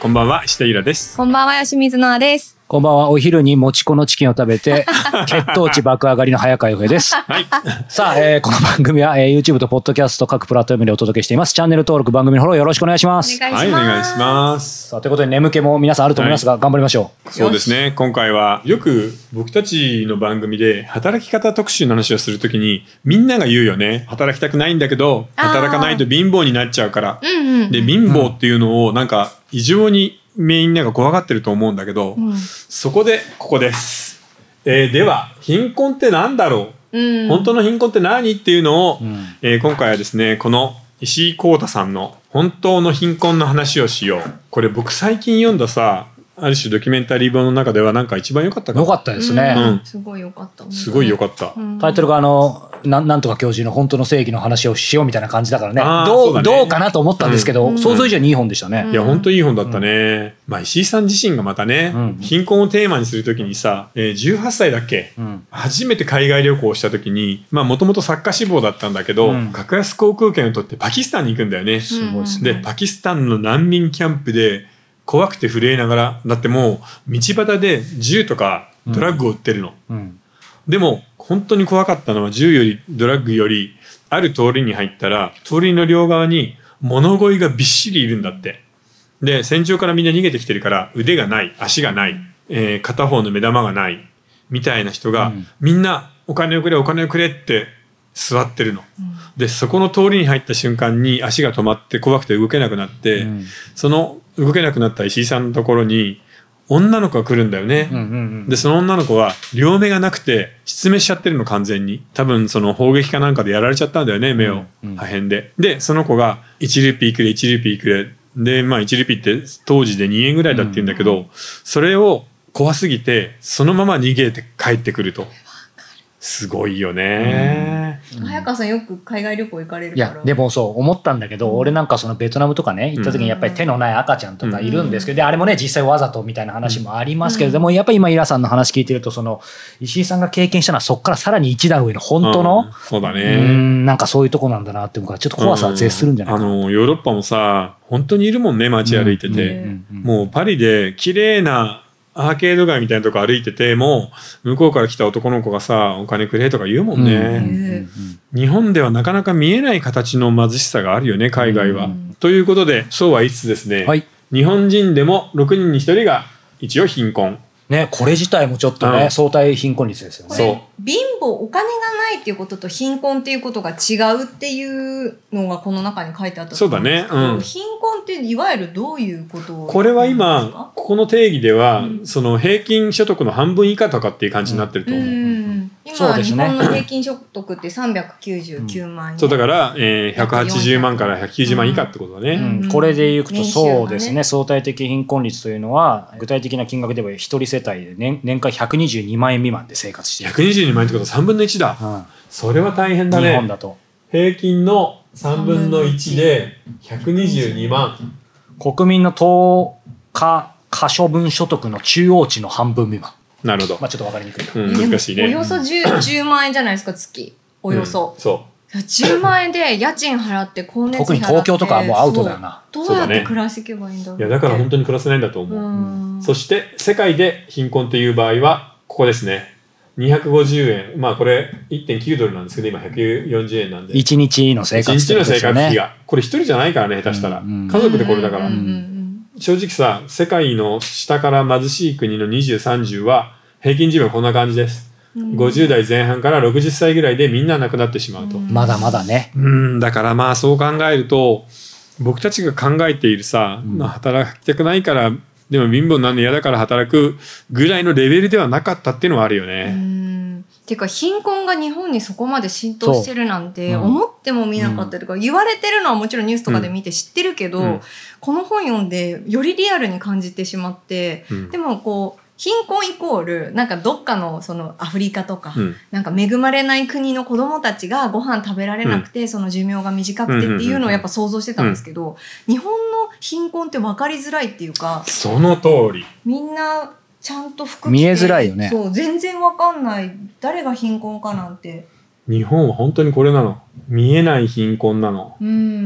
こんばんは、石田ゆらです。 こんばんは、吉水のあです。 こんばんは。お昼にもち粉のチキンを食べて血糖値爆上がりの早川洋平です。 はい。 さあ、この番組は、YouTube とポッドキャスト各プラットフォームでお届けしています。チャンネル登録、番組のフォローよろしくお願いします。 お願いします。 はい、お願いします。 さあ、ということで眠気も皆さんあると思いますが、頑張りましょう。 そうですね。今回はよく僕たちの番組で働き方特集の話をするときにみんなが言うよね。働きたくないんだけど働かないと貧乏になっちゃうから。で、貧乏っていうのをなんか異常にみんなが怖がってると思うんだけど、そこでここです。では貧困ってなんだろう、本当の貧困って何っていうのを、今回はですね、この石井光太さんの本当の貧困の話をしよう。これ僕最近読んださ、ある種ドキュメンタリー本の中ではなんか一番良かったかな。 良かったですね。 すごい良かった。 すごい良かった。 タイトルがなんとか教授の本当の正義の話をしようみたいな感じだからね。 そうだね。 どうかなと思ったんですけど、想像以上にいい本でしたね。 いや本当にいい本だったね。まあ石井さん自身がまたね、貧困をテーマにするときにさ、18歳だっけ、初めて海外旅行をしたときに、まあもともと作家志望だったんだけど、格安航空券を取ってパキスタンに行くんだよね。すごいですね。でパキスタンの難民キャンプで怖くて震えながら、だってもう道端で銃とかドラッグを売ってるの。でも本当に怖かったのは銃よりドラッグより、ある通りに入ったら通りの両側に物乞いがびっしりいるんだって。で戦場からみんな逃げてきてるから腕がない足がない、片方の目玉がないみたいな人が、みんなお金をくれお金をくれって座ってるの。でそこの通りに入った瞬間に足が止まって怖くて動けなくなって、その動けなくなった石井さんのところに女の子が来るんだよね。でその女の子は両目がなくて失明しちゃってるの、完全に。多分その砲撃かなんかでやられちゃったんだよね、目を、破片で。でその子が1ルピーくれ1ルピーくれで、まあ1ルピーって当時で2円ぐらいだって言うんだけど、それを怖すぎてそのまま逃げて帰ってくると。すごいよね。 早川さんよく海外旅行行かれるから。 いやでもそう思ったんだけど、俺なんかそのベトナムとかね行った時にやっぱり手のない赤ちゃんとかいるんですけど、であれもね実際わざとみたいな話もありますけれども、やっぱり今イラさんの話聞いてると、その石井さんが経験したのはそこからさらに一段上の本当の、 そうだね、 なんかそういうとこなんだなって僕はちょっと怖さは絶するんじゃないかな。 ヨーロッパもさ本当にいるもんね、街歩いてて、もうパリで綺麗なアーケード街みたいなとこ歩いてても向こうから来た男の子がさお金くれとか言うもんね。日本ではなかなか見えない形の貧しさがあるよね、海外は。ということでそうは言いつつですね、日本人でも6人に1人が一応貧困ね。これ自体もちょっとね、相対貧困率ですよね。 そう貧乏、お金がないっていうことと貧困っていうことが違うっていうのがこの中に書いてあったと思うんですけど、貧困っていわゆるどういうことを、 これは今ここの定義では、その平均所得の半分以下とかっていう感じになってると思う。 今、日本の平均所得って399万円、 そうだから、180万から190万以下ってことだね。 これでいくとそうですね、相対的貧困率というのは具体的な金額では一人世帯で 年間122万円未満で生活している。 122万円ってことは3分の1だ、それは大変だね。 日本だと平均の3分の1で122万。 国民の10日可処分所得の中央値の半分未満。 なるほど。 まあちょっと分かりにくい、 難しいね。 およそ 10万円じゃないですか、月。およそ、 そう 10万円で家賃払って光熱費払って、 特に東京とかはもうアウトだよな。 どうやって暮らしていけばいいんだろう。 いやだから本当に暮らせないんだと思う。そして世界で貧困という場合はここですね。250円、まあこれ 1.9 ドルなんですけど今140円なんで、 1日の生活費、 1日の生活費がこれ一人じゃないからね、下手したら家族でこれだから、正直さ、世界の下から貧しい国の20、30は平均寿命こんな感じです。50代前半から60歳ぐらいでみんな亡くなってしまうと。 まだまだね。 だからまあそう考えると僕たちが考えているさ、働きたくないからでも貧乏になるの嫌だから働くぐらいのレベルではなかったっていうのはあるよね。 ていうか貧困が日本にそこまで浸透してるなんて思ってもみなかったとか、言われてるのはもちろんニュースとかで見て知ってるけど、この本読んでよりリアルに感じてしまって、でもこう貧困イコールなんかどっかのそのアフリカとか、なんか恵まれない国の子供たちがご飯食べられなくて、その寿命が短くてっていうのをやっぱ想像してたんですけど、日本の貧困って分かりづらいっていうか、 その通り。 みんなちゃんと服着て見えづらいよね。 そう、全然分かんない、誰が貧困かなんて。 日本は本当にこれなの。見えない貧困なの。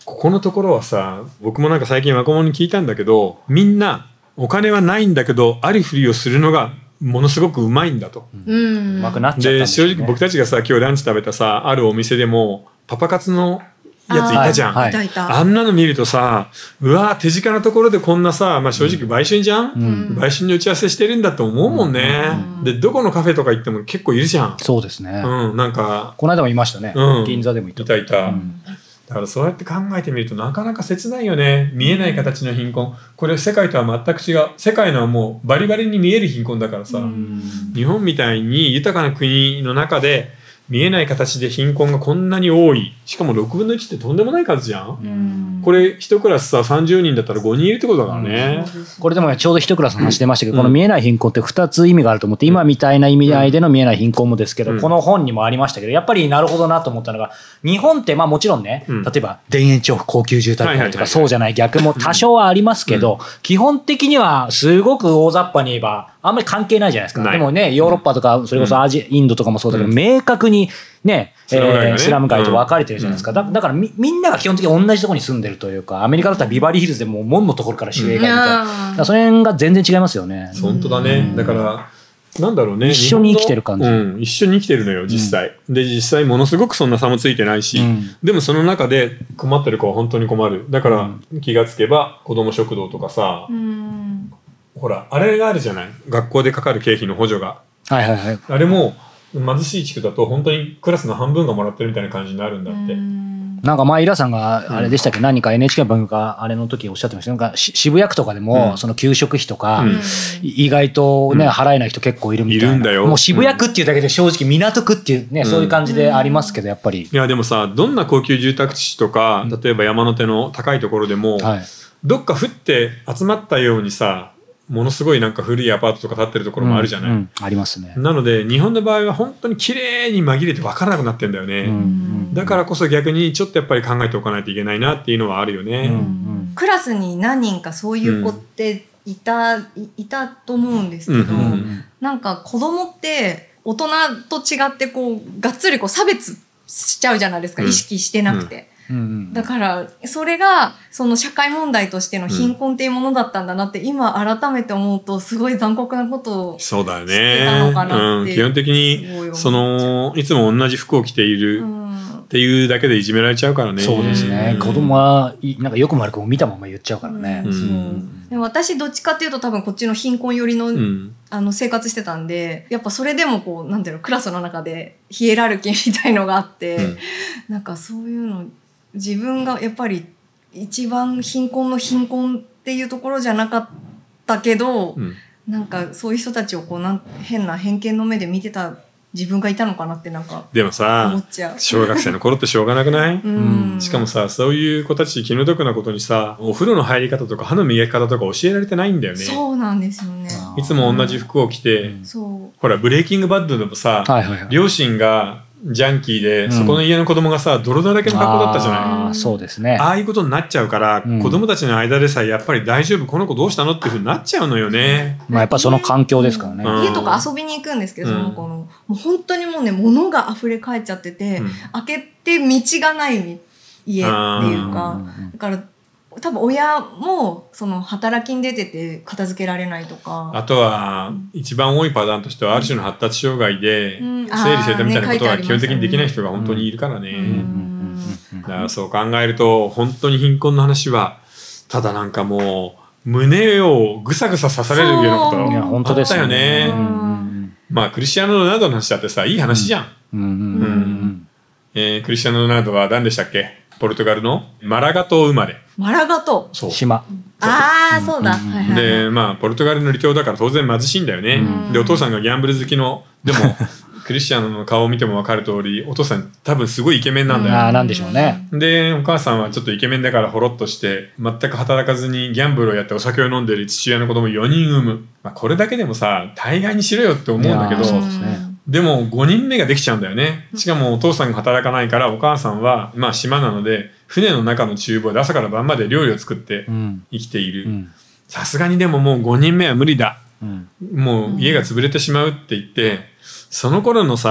ここのところはさ、僕もなんか最近若者に聞いたんだけど、みんなお金はないんだけどありふりをするのがものすごくうまいんだと。 うまくなっちゃったんでですね。 正直僕たちがさ今日ランチ食べたさあるお店でもパパ活のやついたじゃん、 はいいたあんなの見るとさ、うわ手近なところでこんなさ、まあ、正直売春じゃん、売春に打ち合わせしてるんだと思うもんね、でどこのカフェとか行っても結構いるじゃん。 そうですね、 なんかこの間もいましたね、銀座でもいた。 いた、だからそうやって考えてみるとなかなか切ないよね。見えない形の貧困、これ世界とは全く違う。世界のはもうバリバリに見える貧困だからさ、日本みたいに豊かな国の中で見えない形で貧困がこんなに多い、しかも6分の1ってとんでもない数じゃん、これ1クラスさ30人だったら5人いるってことだからね、 これでもちょうど一クラスの話してましたけど、この見えない貧困って2つ意味があると思って、今みたいな意味合いでの見えない貧困もですけど、この本にもありましたけど、やっぱりなるほどなと思ったのが、日本ってまあもちろんね、例えば田園調布高級住宅街とかそうじゃない逆も多少はありますけど、基本的にはすごく大雑把に言えばあんまり関係ないじゃないですか。でもね、ヨーロッパとかそれこそインドとかもそうだけど、明確にね、スラム街と分かれてるじゃないですか。だからみんなが基本的に同じところに住んでるというか、アメリカだったらビバリーヒルズでもう門のところから主映画みたいな、だからその辺が全然違いますよね。 本当だね、だからなんだろうね、 一緒に生きてる感じ、 一緒に生きてるのよ実際、で実際ものすごくそんな差もついてないし、でもその中で困ってる子は本当に困る。だから気がつけば子ども食堂とかさ、ほらあれがあるじゃない、学校でかかる経費の補助が、 はいはいはい、 あれも貧しい地区だと本当にクラスの半分がもらってるみたいな感じになるんだって。 なんかイラさんがあれでしたっけ、何か NHK の番組かあれの時おっしゃってました。なんか渋谷区とかでもその給食費とか意外とね払えない人結構いるみたいな。いるんだよ。もう渋谷区っていうだけで正直港区っていうね、そういう感じでありますけど、やっぱり。 いやでもさ、どんな高級住宅地とか例えば山手の高いところでも、どっか降って集まったようにさ、ものすごいなんか古いアパートとか建ってるところもあるじゃない、 ありますね。 なので日本の場合は本当に綺麗に紛れて分からなくなってんだよね、だからこそ逆にちょっとやっぱり考えておかないといけないなっていうのはあるよね、 クラスに何人かそういう子っていたと思うんですけど、なんか子供って大人と違ってこうがっつりこう差別しちゃうじゃないですか、意識してなくて、だからそれがその社会問題としての貧困っていうものだったんだなって今改めて思うとすごい残酷なことをしてたのかなって、 基本的にそのいつも同じ服を着ているっていうだけでいじめられちゃうからね。 そうですね、子供はなんかよくも悪くも見たまま言っちゃうからね、 でも私どっちかっていうと多分こっちの貧困寄りの、生活してたんで、やっぱそれでもこうなんていうの、クラスの中でヒエラルキーみたいのがあって、なんかそういうの自分がやっぱり一番貧困の貧困っていうところじゃなかったけど、なんかそういう人たちをこう変な偏見の目で見てた自分がいたのかなってなんかでもさ、小学生の頃ってしょうがなくないしかもさ、そういう子たち気の毒なことにさ、お風呂の入り方とか歯の磨き方とか教えられてないんだよね。 そうなんですよね。 いつも同じ服を着て、ほらブレイキングバッドでもさ、両親がジャンキーで、そこの家の子供がさ泥だらけの格好だったじゃない、 そうですね。 ああいうことになっちゃうから、子供たちの間でさえやっぱり大丈夫、この子どうしたのっていうふうになっちゃうのよね。 やっぱその環境ですからね、 家とか遊びに行くんですけど、その子のもう本当にもうね物が溢れ返っちゃってて、開けて道がない家っていうか、だから多分親もその働きに出てて片付けられないとか、 あとは一番多いパターンとしてはある種の発達障害で整理整頓みたいなことは基本的にできない人が本当にいるからね。だからそう考えると本当に貧困の話はただなんかもう胸をぐさぐさ刺されるようなことあったよね。まあクリスチアーノ・ロナウドの話だってさ、いい話じゃん。クリスチアーノ・ロナウドは何でしたっけ、ポルトガルのマラガ島生まれ。 マラガ島、 そう島。 そうだ。 でまあポルトガルの離島だから当然貧しいんだよね。でお父さんがギャンブル好きの、でもクリスチャンの顔を見ても分かる通りお父さん多分すごいイケメンなんだよ。 なんでしょうね。 でお母さんはちょっとイケメンだからほろっとして全く働かずにギャンブルをやってお酒を飲んでる父親の子供4人産む。これだけでもさ大概にしろよって思うんだけど、でも5人目ができちゃうんだよね。しかもお父さんが働かないからお母さんはまあ島なので船の中の厨房で朝から晩まで料理を作って生きている。さすがにでももう5人目は無理だ、もう家が潰れてしまうって言って、その頃のさ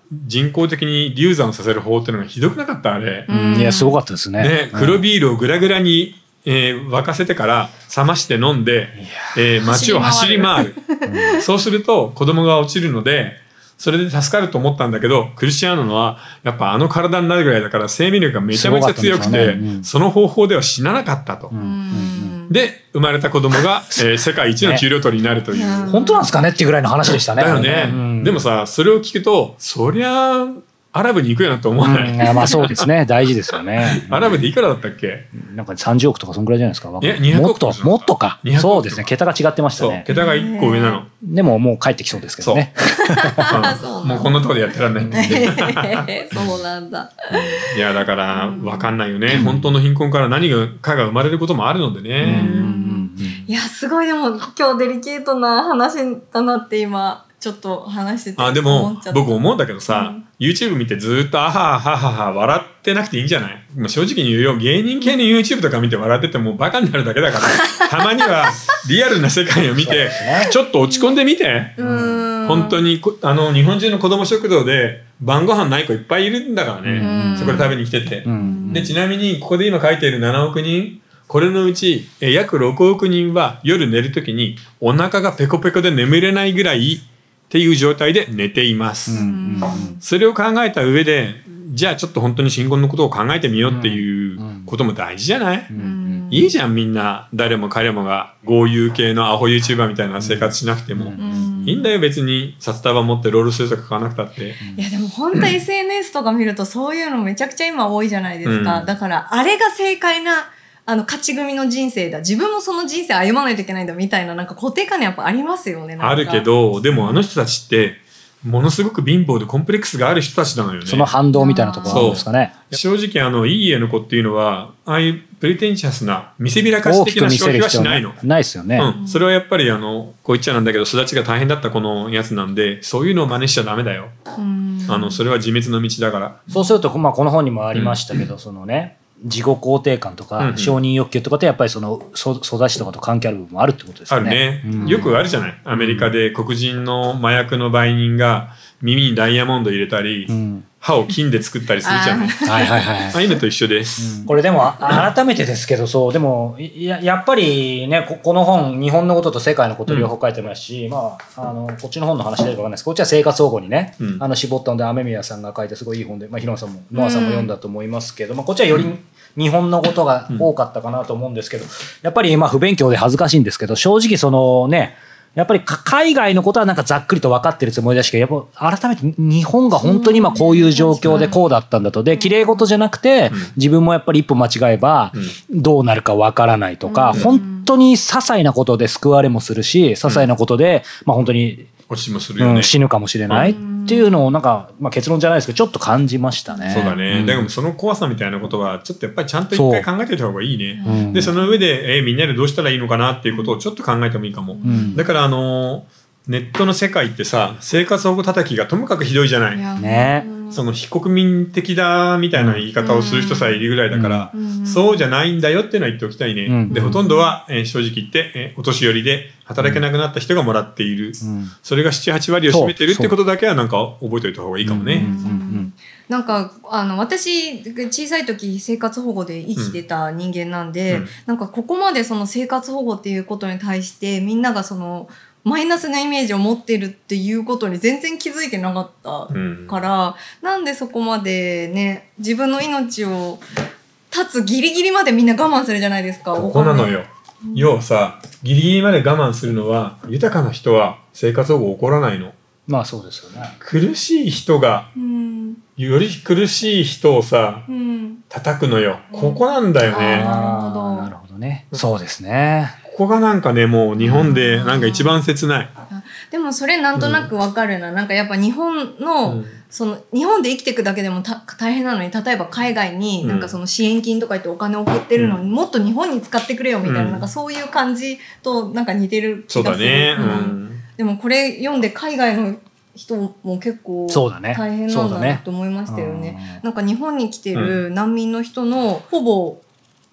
人工的に流産させる方っていうのがひどくなかったあれ、 いやすごかったですね。 黒ビールをグラグラに、沸かせてから冷まして飲んで、街を走り回るそうすると子供が落ちるのでそれで助かると思ったんだけど、クリスチアーノのはやっぱあの体になるぐらいだから生命力がめちゃめちゃ強くて、その方法では死ななかったと、で生まれた子供が、世界一の給料取りになるという、 本当なんですかねっていうぐらいの話でしたね。 だよね、でもさそれを聞くとそりゃアラブに行くよなと思わない、 まあそうですね、大事ですよね。 アラブでいくらだったっけ？ なんか30億とかそんぐらいじゃないですか。 200億もっとか。そうですね、桁が違ってましたね。 桁が1個上なの。 でももう帰ってきそうですけどね。 もうこんなところでやってらんないんで。 そうなんだ。 いやだから分かんないよね、本当の貧困から何かが生まれることもあるのでね。 いやすごい、でも今日デリケートな話だなって今ちょっと話しててでも僕思うんだけどさ、YouTube 見てずっとあはははは笑ってなくていいんじゃない？正直に言うよ、芸人系の YouTube とか見て笑っててもバカになるだけだからたまにはリアルな世界を見てちょっと落ち込んでみて。本当に日本中の子ども食堂で晩ご飯ない子いっぱいいるんだからね、そこで食べに来てて、でちなみにここで今書いている7億人、これのうち約6億人は夜寝るときにお腹がペコペコで眠れないぐらいっていう状態で寝ています、それを考えた上でじゃあちょっと本当に新婚のことを考えてみようっていうことも大事じゃない、いいじゃんみんな誰も彼もが豪遊系のアホ YouTuber みたいな生活しなくても、いいんだよ別に札束持ってロールスロイスとか買わなくたって。 いやでも本当 SNS とか見るとそういうのめちゃくちゃ今多いじゃないですか、だからあれが正解な勝ち組の人生だ、自分もその人生歩まないといけないんだみたいな、なんか固定観念やっぱありますよね。なんかあるけどでもあの人たちってものすごく貧乏でコンプレックスがある人たちなのよね。 その反動みたいなところなんですかね。 正直いい家の子っていうのはああいうプレテンシャスな見せびらかし的な消費はしないの。 ないですよね、 それはやっぱりこう言っちゃなんだけど育ちが大変だった子のやつなんで、そういうのを真似しちゃダメだよ。それは自滅の道だから。 そうすると、この本にもありましたけど、そのね自己肯定感とか承認欲求とかってやっぱりその育ちとかと関係ある部分もあるってことですよね。 あるね、よくあるじゃない、アメリカで黒人の麻薬の売人が耳にダイヤモンド入れたり、歯を金で作ったりするじゃない。ああいうのと一緒です、 これでも改めてですけど、そうでもやっぱりね、この本日本のことと世界のこと両方書いてますし、こっちの本の話でか分かんないですけど、こっちは生活保護にね、絞ったので雨宮さんが書いてすごいいい本で、ヒロさんもノアさんも読んだと思いますけど、こっちはより日本のことが多かったかなと思うんですけど、やっぱり不勉強で恥ずかしいんですけど、正直そのね、やっぱり海外のことはなんかざっくりと分かってるつもりだし、やっぱ改めて日本が本当に今こういう状況でこうだったんだと、で綺麗事じゃなくて自分もやっぱり一歩間違えばどうなるか分からないとか、本当に些細なことで救われもするし、些細なことで本当に落ちもするよね、 死ぬかもしれないっていうのをなんか、結論じゃないですけどちょっと感じましたね。 そうだね、でもその怖さみたいなことはちょっとやっぱりちゃんと一回考えておいた方がいいね。でその上で、みんなでどうしたらいいのかなっていうことをちょっと考えてもいいかも、だからネットの世界ってさ、生活保護叩きがともかくひどいじゃない。 ね、 その非国民的だみたいな言い方をする人さえいるぐらいだから、そうじゃないんだよっていうのは言っておきたいね。でほとんどは、正直言って、お年寄りで働けなくなった人がもらっている、それが 7,8 割を占めてるってことだけはなんか覚えておいた方がいいかもね。 なんか私小さい時生活保護で生きてた人間なんで、なんかここまでその生活保護っていうことに対してみんながそのマイナスなイメージを持ってるっていうことに全然気づいてなかったから、なんでそこまでね、自分の命を絶つギリギリまでみんな我慢するじゃないですか。 ここなのよ。要はさ、ギリギリまで我慢するのは、豊かな人は生活保護起こらないの。 そうですよね。 苦しい人が、より苦しい人をさ、叩くのよ。ここなんだよね。 なるほどね。そうですね。 ここがなんかね、もう日本でなんか一番切ない。 でもそれなんとなくわかるな。なんかやっぱ日本の、その日本で生きていくだけでも大変なのに、例えば海外になんかその支援金とか言ってお金を送ってるのに、もっと日本に使ってくれよみたいな、なんかそういう感じとなんか似てる気がする。そうだね。でもこれ読んで海外の人も結構大変なんだなと思いましたよね。なんか日本に来てる難民の人のほぼ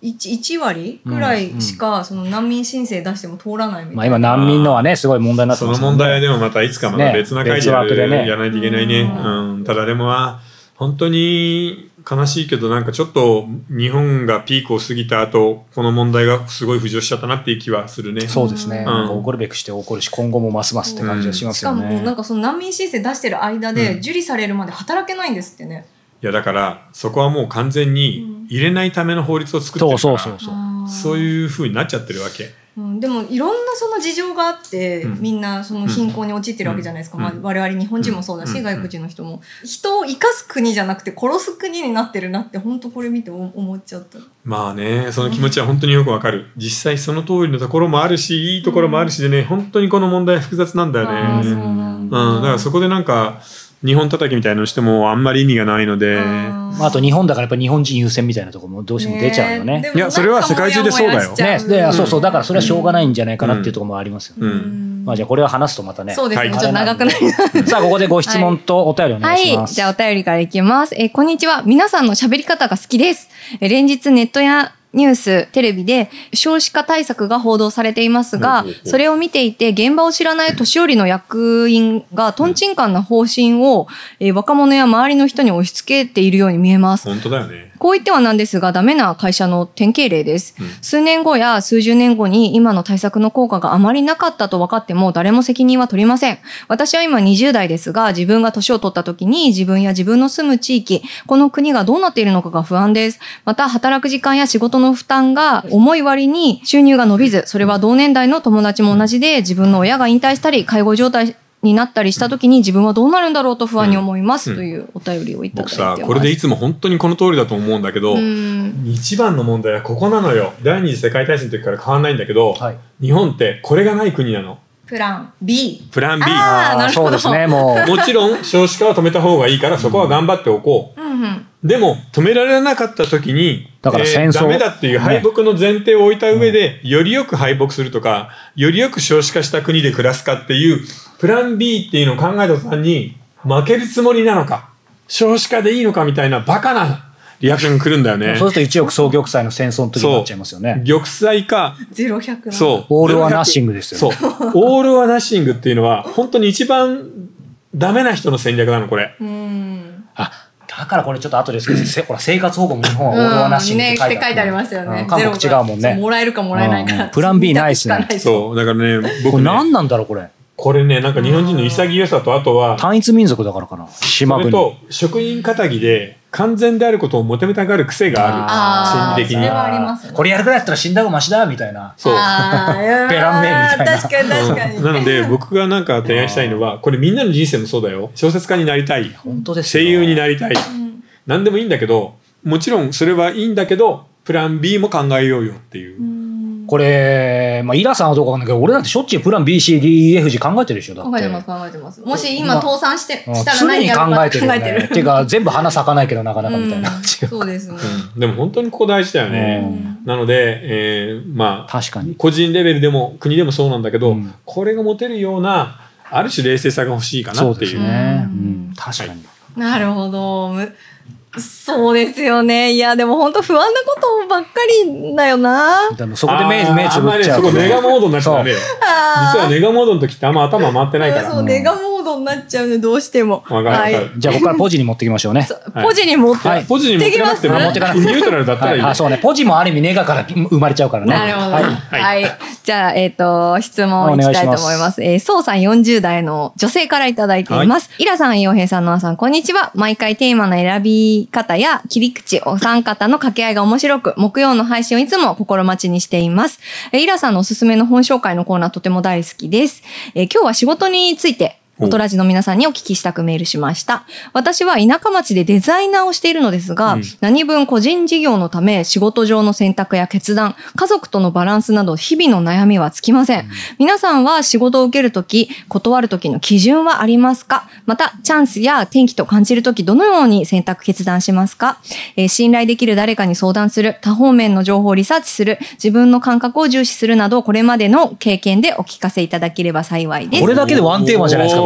1割くらいしかその難民申請出しても通らないみたいな。 今難民のはねすごい問題になってますその問題はでもまたいつかまた別な回でやらないといけないね。ただでも本当に悲しいけどなんかちょっと日本がピークを過ぎた後この問題がすごい浮上しちゃったなっていう気はするね。 そうですね。なんか起こるべくして起こるし今後もますますって感じがしますよね。 しかもなんかその難民申請出してる間で受理されるまで働けないんですってね。 いやだからそこはもう完全に入れないための法律を作ってるからそういう風になっちゃってるわけ。 でもいろんなその事情があって、みんなその貧困に陥ってるわけじゃないですか、我々日本人もそうだし、外国人の人も人を生かす国じゃなくて殺す国になってるなって本当これ見て思っちゃった。 まあねその気持ちは本当によくわかる。実際その通りのところもあるしいいところもあるしでね、本当にこの問題は複雑なんだよね。だからそこでなんか日本叩きみたいなのしてもあんまり意味がないので、 あと日本だからやっぱ日本人優先みたいなところもどうしても出ちゃうよね。 いやそれは世界中でそうだよ。 ね、そうだからそれはしょうがないんじゃないかなっていうところもありますよね。まあじゃあこれを話すとまたね。 そうですね。ちょっと長くなります。 さあここでご質問とお便りお願いします。 じゃあお便りからいきます。こんにちは。皆さんの喋り方が好きです。連日ネットやニュース、テレビで少子化対策が報道されていますが、それを見ていて現場を知らない年寄りの役員がトンチンカンな方針を、若者や周りの人に押し付けているように見えます。 本当だよね。 こう言ってはなんですが、ダメな会社の典型例です。数年後や数十年後に今の対策の効果があまりなかったと分かっても誰も責任は取りません。私は今20代ですが、自分が年を取った時に自分や自分の住む地域、この国がどうなっているのかが不安です。また働く時間や仕事の負担が重い割に収入が伸びず、それは同年代の友達も同じで、自分の親が引退したり介護状態になったりした時に自分はどうなるんだろうと不安に思います、というお便りをいただいてます。 僕さこれでいつも本当にこの通りだと思うんだけど、一番の問題はここなのよ。第二次世界大戦の時から変わらないんだけど、日本ってこれがない国なの。 プラン B。 プラン B。 なるほど。 そうですね。もちろん少子化は止めた方がいいからそこは頑張っておこう。でも止められなかった時にだから戦争、 ダメだっていう敗北の前提を置いた上で、よりよく敗北するとかよりよく少子化した国で暮らすかっていうプラン B っていうのを考えた途端に負けるつもりなのか少子化でいいのかみたいなバカなリアクションが来るんだよね。 そうすると一億総玉砕の戦争の時になっちゃいますよね。 玉砕か 0-100な。 そうオール・オア・ナッシングですよね。 そうオール・オア・ナッシングっていうのは本当に一番ダメな人の戦略なのこれ。 だからこれちょっと後ですけど、ほら生活保護も日本はオール・オア・ナッシングって書いてありますよね。 韓国違うもんね。 もらえるかもらえないか。 プラン B ないっすね。 そうだからね僕ね何なんだろうこれねなんか日本人の潔さとあとは単一民族だからかな。島国。 それと職人かたぎで完全であることを求めたがる癖がある。心理的に。 それはありますね。 これやるくらいだったら死んだ方がマシだみたいな。 そう。 ベランメイみたいな。 確かに確かに。 なので僕がなんか提案したいのはこれみんなの人生もそうだよ。小説家になりたい。 本当です声優になりたい。何でもいいんだけどもちろんそれはいいんだけどプラン B も考えようよっていう。 これ、イラさんはどうかわかんないけど、俺なんてしょっちゅうプラン B、C、D、E、F、G 考えてるでしょ。だって考えてます。もし今倒産したら常に何やるか考えてるよね。っていうか全部花咲かないけどなかなかみたいな。 そうですね。 でも本当にここ大事だよね。なので、 確かに個人レベルでも国でもそうなんだけど、これが持てるようなある種冷静さが欲しいかなっていう。 そうですね。確かに。 なるほど。そうですよね。いや、でも本当不安なことばっかりだよな。 でもそこで目つぶっちゃう。 そこネガモードになっちゃうダメよ。実はネガモードの時ってあんま頭回ってないから。 そう、ネガモードになっちゃうね、どうしても。 わかる。 じゃあここからポジに持ってきましょうね。 ポジに持ってポジに持ってかなくてもニュートラルだったらいい。 あ、そうね。ポジもある意味ネガから生まれちゃうからね。 なるほど。はい。じゃあ、質問いきたいと思います。そうさん40代の女性からいただいています。イラさん、洋平さん、ノアさん、こんにちは。毎回テーマの選び方や切り口、お三方の掛け合いが面白く、木曜の配信をいつも心待ちにしています。イラさんのおすすめの本紹介のコーナーとても大好きです。今日は仕事について、おとらじの皆さんにお聞きしたくメールしました。私は田舎町でデザイナーをしているのですが、何分個人事業のため仕事上の選択や決断、家族とのバランスなど日々の悩みは尽きません。皆さんは仕事を受けるとき、断るときの基準はありますか？また、チャンスや転機と感じるとき、どのように選択決断しますか？信頼できる誰かに相談する、多方面の情報をリサーチする、自分の感覚を重視するなど、これまでの経験でお聞かせいただければ幸いです。 これだけでワンテーマじゃないですか。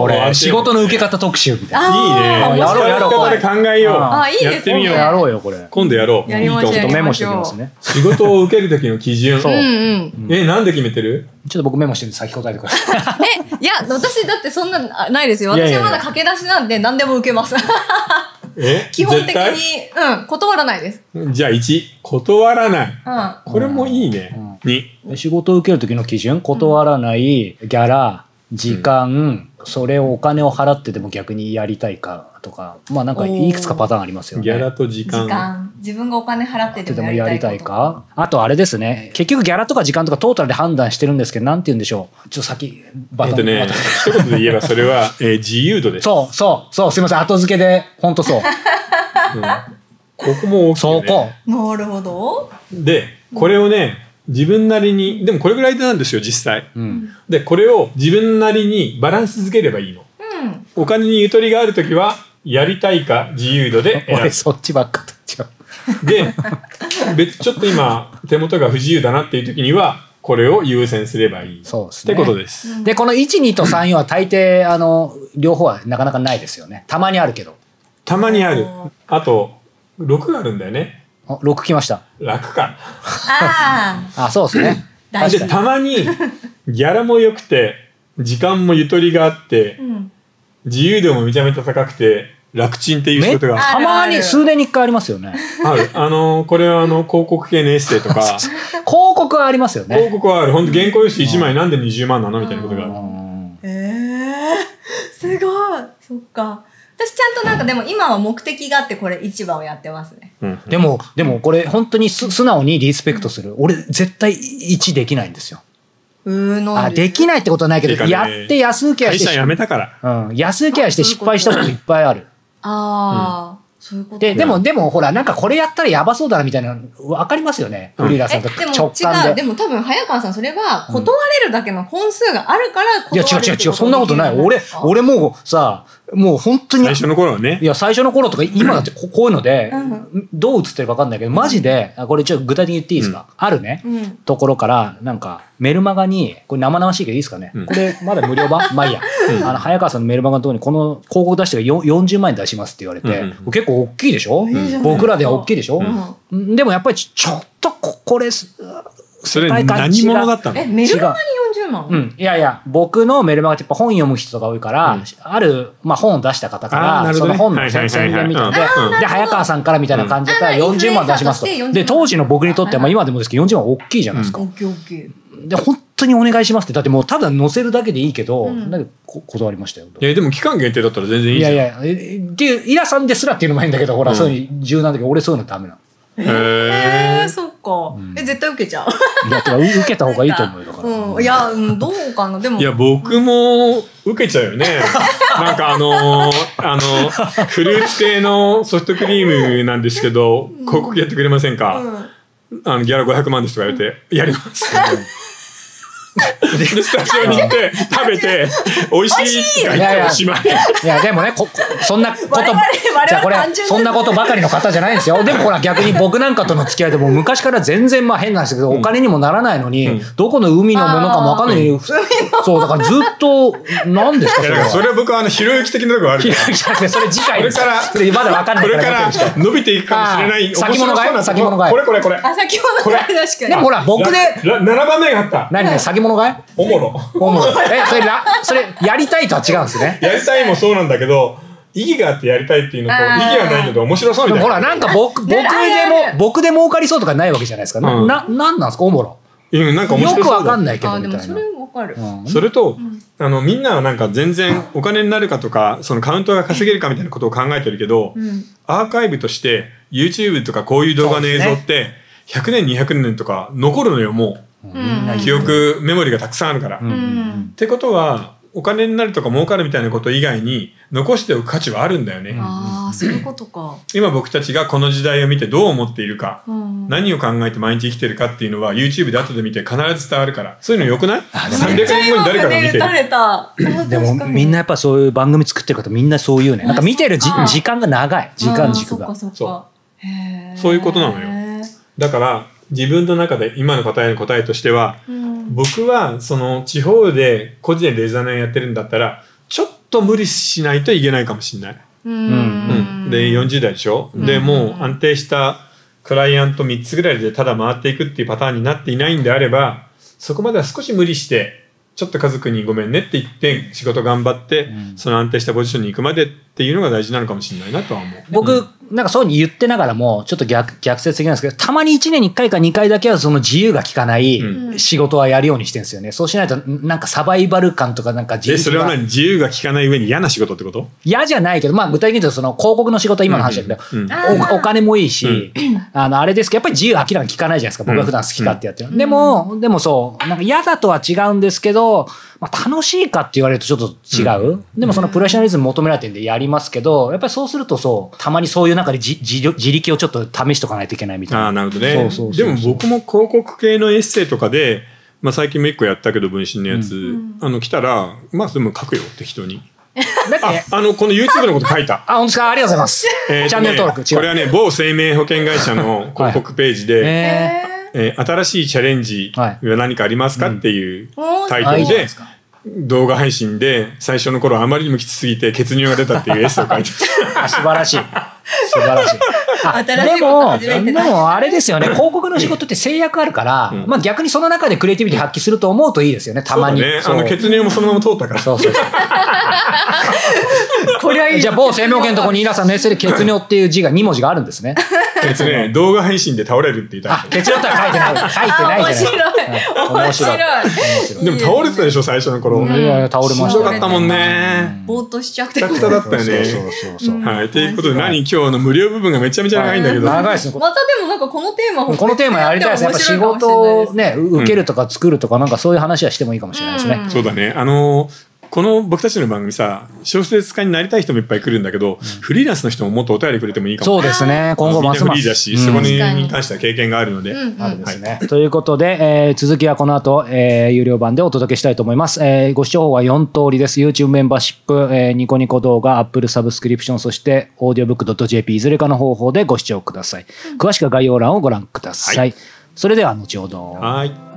これ仕事の受け方特集みたいな。 いいね。 やろうやろう。 これ考えよう。 いいですね。 やってみよう。 やろうよこれ。 今度やろう。 やりましょう。 ちょっとメモしておきますね。 仕事を受ける時の基準。 そう。 なんで決めてる？ ちょっと僕メモしてるんで先答えてください。 いや、私だってそんなないですよ。私はまだ駆け出しなんで何でも受けます。基本的に、断らないです。 じゃあ1、断らない。これもいいね。2、 仕事を受ける時の基準、断らない、ギャラ、時間、それをお金を払ってでも逆にやりたいかとか、まあなんかいくつかパターンありますよね。 ギャラと時間。 自分がお金払ってでもやりたいか。 あとあれですね。結局ギャラとか時間とかトータルで判断してるんですけど、なんて言うんでしょう。ちょっと先、 バトン。一言で言えばそれは、自由度です。 そう、すいません。後付けで、ほんとそう。 ここも大きいよね。 そこ。 なるほど。 で、これをね、自分なりに、でもこれぐらいなんですよ、実際。で、これを自分なりにバランス付ければいいの。お金にゆとりがあるときは、やりたいか自由度で選ぶ。 俺そっちばっかとっちゃう。で、ちょっと今、手元が不自由だなっていうときには、これを優先すればいい。 そうですね。 ってことです。 で、この1、2と3、4は大抵、両方はなかなかないですよね。たまにあるけど。 たまにある。あと、6があるんだよね。 6来ました。 楽か。 そうですね。 で、たまに、ギャラも良くて、時間もゆとりがあって、自由度もめちゃめちゃ高くて、楽ちんっていう仕事がたまに数年に1回ありますよね。 ある。これは広告系のエッセイとか。 広告はありますよね。 広告はある。本当原稿用紙1枚なんで20万なのみたいなことがある。 すごい。そっか。私ちゃんとなんかでも今は目的があってこれ市場をやってますね。 でもこれ本当に素直にリスペクトする。俺絶対1できないんですよ。できないってことはないけど、やって安請け合いして。 会社辞めたから。 安請け合いして失敗したこといっぱいある。 そういうこと。 でもほら、なんかこれやったらやばそうだなみたいな、わかりますよね。フリーランスさんと直感で。 でも多分早川さんそれは断れるだけの本数があるから断れる。 いや違う、そんなことない。俺もうさ、もう本当に。 最初の頃はね。 いや、最初の頃とか、今だってこういうので、どう映ってるか分かんないけど、マジで、これちょっと具体的に言っていいですか？あるね、ところから、なんか、メルマガに、これ生々しいけどいいですかね？これ、まだ無料版まあいいや。早川さんのメルマガのところに、この広告出して40万円出しますって言われて、結構大きいでしょ？僕らでは大きいでしょ？でもやっぱりちょっとこれ、 それ何者だったの？ メルマガに40万？ いや、僕のメルマガってやっぱ本読む人とか多いから、ある、本を出した方から、その本の宣伝みたいなで、早川さんからみたいな感じだったら40万出しますと。で、当時の僕にとっては、今でもですけど40万大きいじゃないですか。で、本当にお願いしますって。だってもうただ載せるだけでいいけど、だけど断りましたよ。 でも期間限定だったら全然いいじゃん。 いや、っていう、イラさんですらっていうのもいいんだけど、ほら、そういう柔軟だけど、俺そういうのダメなの。 そっか。絶対受けちゃう。 いや、受けた方がいいと思うよ。だから。 いや、どうかな。でも。 いや、僕も受けちゃうよね。なんかフルーツ系のソフトクリームなんですけど、広告やってくれませんか？ギャラ500万ですとか言われて、やります。で、スタジオに行って食べて美味しいって言っておしまい。 いやでもね、そんなことじゃこれそんなことばかりの方じゃないんですよ。でもほら逆に僕なんかとの付き合いでも昔から全然変なんですけど、お金にもならないのに、どこの海のものかもわかんない。そうだからずっと何ですかそれは。 それは僕はひろゆき的なところあるから。 それ次回です。 これからまだわかんない。 これから伸びていくかもしれない。 先物買い。 これ。先物買い確かに。 でもほら僕で 7番目があった。 何先物買い？ おもろ。 それやりたいとは違うんですね。 やりたいもそうなんだけど、意義があってやりたいっていうのと、意義がないので面白そうみたいな。 ほら、なんか僕で儲かりそうとかないわけじゃないですか。なんなんですか、おもろ。 なんか面白そう。 よくわかんないけどみたいな。 でもそれわかる。 それと、みんなはなんか全然お金になるかとか、そのカウントが稼げるかみたいなことを考えてるけど、アーカイブとして YouTube とかこういう動画の映像って、100年、200年とか残るのよ、もう。記憶、メモリがたくさんあるから。ってことは、お金になるとか儲かるみたいなこと以外に残しておく価値はあるんだよね。 ああ、そういうことか。 今僕たちがこの時代を見てどう思っているか、何を考えて毎日生きてるかっていうのは YouTube で後で見て必ず伝わるから。そういうの良くない？ 300 年後に誰かが見てる。 でもみんなやっぱそういう番組作ってる方みんなそう言うね。なんか見てる時間が長い。時間軸が。 そういうことなのよ。だから自分の中で今の答えとしては、僕はその地方で個人でデザイナーやってるんだったらちょっと無理しないといけないかもしれない。で40代でしょ、でもう安定したクライアント3つぐらいでただ回っていくっていうパターンになっていないんであれば、そこまでは少し無理してちょっと家族にごめんねって言って仕事頑張って、その安定したポジションに行くまでっていうのが大事なのかもしれないなとは思う。 僕、なんかそういうふうに言ってながらもちょっと逆説的なんですけど、たまに1年に1回か2回だけはその自由が利かない仕事はやるようにしてるんですよね。そうしないとなんかサバイバル感とかなんか自由が。それは何、自由が利かない上に嫌な仕事ってこと？ 嫌じゃないけど、まあ具体的に言うとその広告の仕事は今の話だけど、お金もいいし、あれですけどやっぱり自由明らかに利かないじゃないですか。僕が普段好き勝手やってる。でもそうなんか嫌だとは違うんですけど、まあ、楽しいかって言われるとちょっと違う。でもそのプロフェッショナリズム求められてるんでやりますけど、やっぱりそうするとたまにそういう中で自力をちょっと試しとかないといけないみたいな。 なるほどね。でも僕も広告系のエッセイとかで、まあ、最近も1個やったけど文春のやつ、来たらまあでも書くよ適当に。この YouTube のこと書いた。 本当ですか？ありがとうございます。チャンネル登録。 これはね、某生命保険会社の広告ページで、新しいチャレンジは何かありますかっていうタイトルで、動画配信で最初の頃あまりにもきつすぎて血尿が出たっていうエッセイを書いてた。 素晴らしい。素晴らしい。でもあれですよね、広告の仕事って制約あるから、まあ逆にその中でクリエイティビティ発揮すると思うといいですよね、たまに。 そうね、血尿もそのまま通ったから。そうこれはいい。 じゃあ某生命保険のところに皆さんのエッセイで血尿っていう字が2文字があるんですね。 動画配信で倒れるって言った。 血尿って書いてない。書いてないじゃないですか。面白い。 でも倒れてたでしょ最初の頃。 倒れました。 しんどかったもんね。 ぼーっとしちゃって。 くたくただったよね。そう。はい。ということで今日の無料部分がめちゃめちゃ長いんだけど。 長いですね。 またでもなんかこのテーマやりたいですね。やっぱ仕事をね受けるとか作るとかなんかそういう話はしてもいいかもしれないですね。 そうだね。この僕たちの番組さ、小説家になりたい人もいっぱい来るんだけど、フリーランスの人ももっとお便りくれてもいいかも。 そうですね。今後ますます。 フリーだし、そこに関しては経験があるので。 ということで、続きはこの後、有料版でお届けしたいと思います。ご視聴方法は4通りです。YouTube メンバーシップ、ニコニコ動画、Apple サブスクリプション、そして audiobook.jp いずれかの方法でご視聴ください。詳しくは概要欄をご覧ください。それでは後ほど。 はい。